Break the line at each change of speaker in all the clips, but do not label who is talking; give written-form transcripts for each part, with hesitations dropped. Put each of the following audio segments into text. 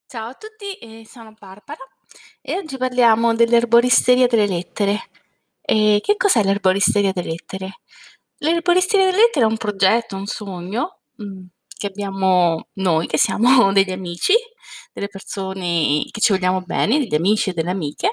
Ciao a tutti, sono Barbara e oggi parliamo dell'erboristeria delle lettere. Che cos'è l'erboristeria delle lettere? L'erboristeria delle lettere è un progetto, un sogno che abbiamo noi, che siamo degli amici, delle persone che ci vogliamo bene, degli amici e delle amiche.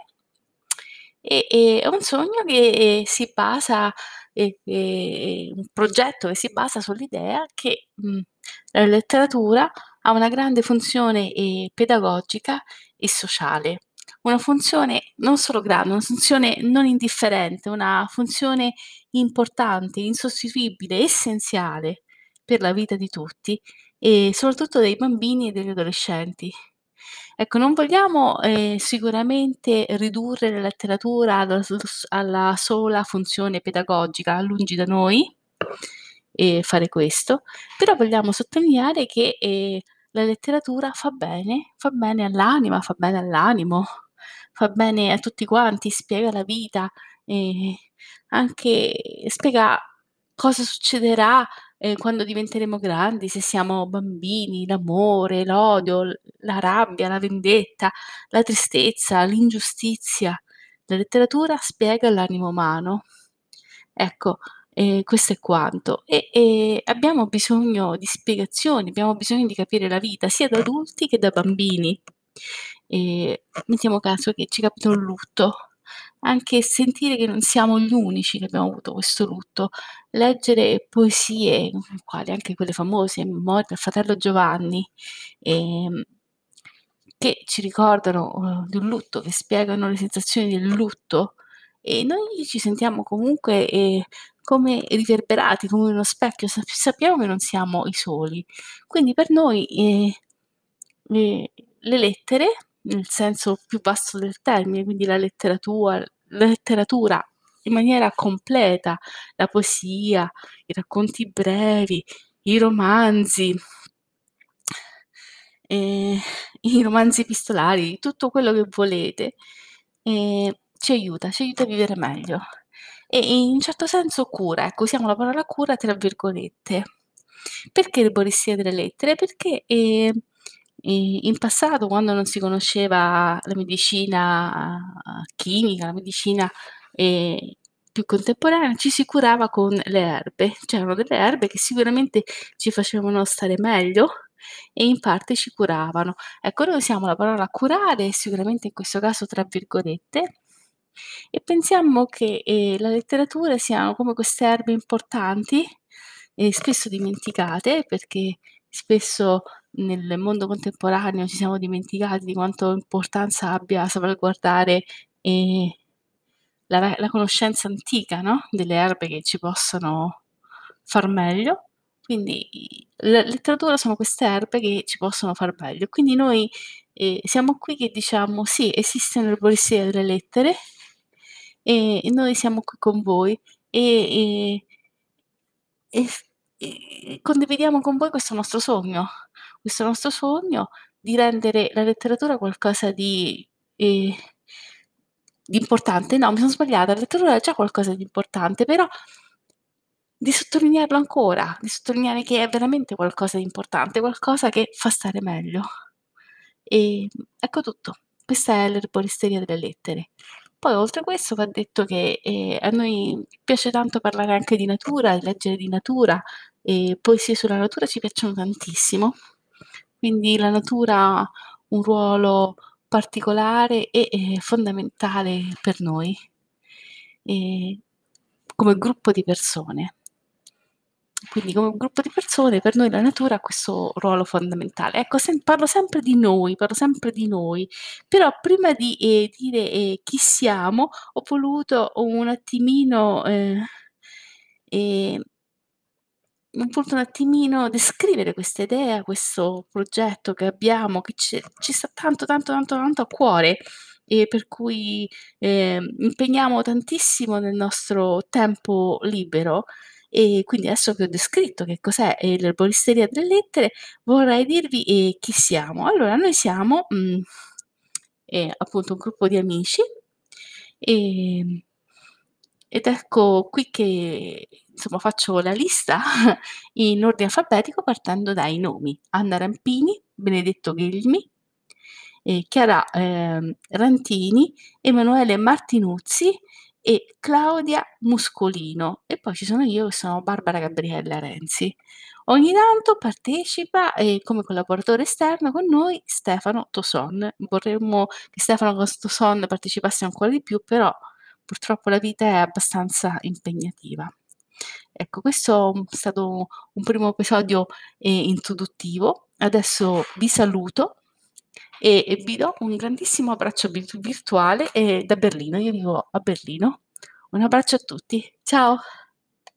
È un sogno che si basa, un progetto che si basa sull'idea che la letteratura ha una grande funzione pedagogica e sociale, una funzione non solo grande, una funzione non indifferente, una funzione importante, insostituibile, essenziale per la vita di tutti e soprattutto dei bambini e degli adolescenti. Ecco, non vogliamo sicuramente ridurre la letteratura alla sola funzione pedagogica, lungi da noi fare questo, però vogliamo sottolineare che la letteratura fa bene all'anima, fa bene all'animo, fa bene a tutti quanti, spiega la vita, ehm, anche spiega cosa succederà, quando diventeremo grandi, se siamo bambini, l'amore, l'odio, la rabbia, la vendetta, la tristezza, l'ingiustizia. La letteratura spiega l'animo umano. Ecco, questo è quanto. Abbiamo bisogno di spiegazioni, abbiamo bisogno di capire la vita sia da adulti che da bambini. Mettiamo caso che ci capita un lutto, anche sentire che non siamo gli unici che abbiamo avuto questo lutto, leggere poesie, quali anche quelle famose, in memoria del fratello Giovanni, ehm, che ci ricordano, di un lutto, che spiegano le sensazioni del lutto e noi ci sentiamo comunque, come riverberati, come uno specchio, sappiamo che non siamo i soli. Quindi per noi, le lettere, nel senso più vasto del termine, quindi la letteratura in maniera completa, la poesia, i racconti brevi, i romanzi, ehm, i romanzi epistolari, tutto quello che volete, ci aiuta a vivere meglio. E in un certo senso cura, ecco, usiamo la parola "cura" tra virgolette. Perché l'erboristeria delle lettere? Perché, in passato quando non si conosceva la medicina chimica, la medicina, ehm, più contemporanea, ci si curava con le erbe. C'erano delle erbe che sicuramente ci facevano stare meglio e in parte ci curavano. Ecco, noi usiamo la parola "curare", sicuramente in questo caso tra virgolette, e pensiamo che, la letteratura siano come queste erbe importanti, spesso dimenticate, perché spesso nel mondo contemporaneo ci siamo dimenticati di quanto importanza abbia salvaguardare, ehm, la conoscenza antica, no, delle erbe che ci possono far meglio. Quindi la letteratura sono queste erbe che ci possono far meglio. Quindi noi, siamo qui che diciamo: "Sì, esiste un'erboristeria delle lettere e noi siamo qui con voi e e f condividiamo con voi questo nostro sogno di rendere la letteratura qualcosa ehm, di importante. No, mi son sbagliata, la letteratura è già qualcosa di importante, però di sottolinearlo ancora, di sottolineare che è veramente qualcosa di importante, qualcosa che fa stare meglio. Ecco tutto. Questa è l'erboristeria delle lettere. Poi oltre questo va detto che, a noi piace tanto parlare anche di natura, di leggere di natura, poesie sulla natura ci piacciono tantissimo. Quindi la natura ha un ruolo particolare e fondamentale per noi, ehm, come gruppo di persone. Quindi come un gruppo di persone per noi la natura ha questo ruolo fondamentale. Ecco, parlo sempre di noi, però prima di, dire, chi siamo, ho voluto un attimino, ehm un attimino descrivere questa idea, questo progetto che abbiamo, che ci sta tanto, tanto, tanto, tanto a cuore e per cui, impegniamo tantissimo nel nostro tempo libero. E quindi adesso che ho descritto che cos'è, l'erboristeria delle lettere, vorrei dirvi, chi siamo. Allora noi siamo, appunto un gruppo di amici, ehm ed ecco qui che, insomma, faccio la lista in ordine alfabetico partendo dai nomi: Anna Rampini, Benedetto Ghelmi, Chiara, Rantini, Emanuele Martinuzzi e Claudia Muscolino. E poi ci sono io che sono Barbara Gabriella Renzi. Ogni tanto partecipa, come collaboratore esterno con noi Stefano Toson. Vorremmo che Stefano Toson partecipasse ancora di più, però purtroppo la vita è abbastanza impegnativa. Ecco, questo è stato un primo episodio introduttivo. Adesso vi saluto e vi do un grandissimo abbraccio virtuale da Berlino. Io vivo a Berlino. Un abbraccio a tutti. Ciao!